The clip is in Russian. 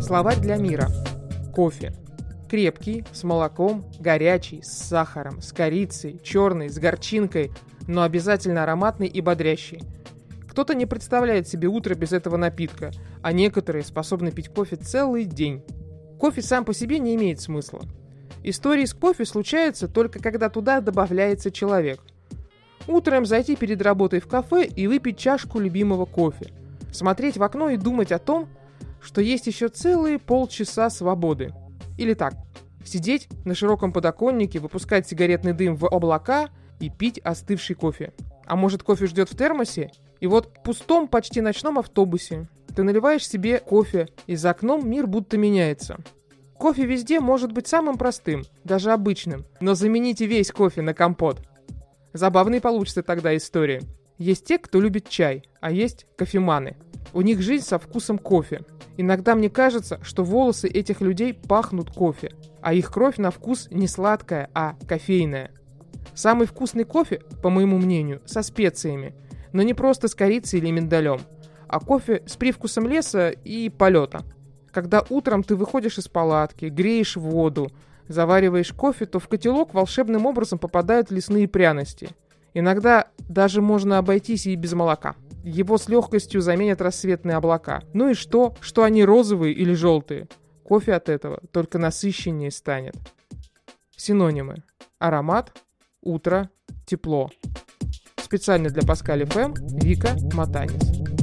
Словарь для мира. Кофе. Крепкий, с молоком, горячий, с сахаром, с корицей, черный, с горчинкой, но обязательно ароматный и бодрящий. Кто-то не представляет себе утро без этого напитка, а некоторые способны пить кофе целый день. Кофе сам по себе не имеет смысла. Истории с кофе случаются только когда туда добавляется человек. Утром зайти перед работой в кафе и выпить чашку любимого кофе. Смотреть в окно и думать о том, что есть еще целые полчаса свободы. Или так, сидеть на широком подоконнике, выпускать сигаретный дым в облака и пить остывший кофе. А может, кофе ждет в термосе? И вот в пустом, почти ночном автобусе ты наливаешь себе кофе, и за окном мир будто меняется. Кофе везде может быть самым простым, даже обычным, но замените весь кофе на компот. Забавной получится тогда история. Есть те, кто любит чай, а есть кофеманы. У них жизнь со вкусом кофе. Иногда мне кажется, что волосы этих людей пахнут кофе, а их кровь на вкус не сладкая, а кофейная. Самый вкусный кофе, по моему мнению, со специями, но не просто с корицей или миндалем, а кофе с привкусом леса и полета. Когда утром ты выходишь из палатки, греешь воду, завариваешь кофе, то в котелок волшебным образом попадают лесные пряности. Иногда даже можно обойтись и без молока. Его с легкостью заменят рассветные облака. Ну и что они розовые или желтые? Кофе от этого только насыщеннее станет. Синонимы. Аромат, утро, тепло. Специально для Паскаль ФМ Вика Матанец.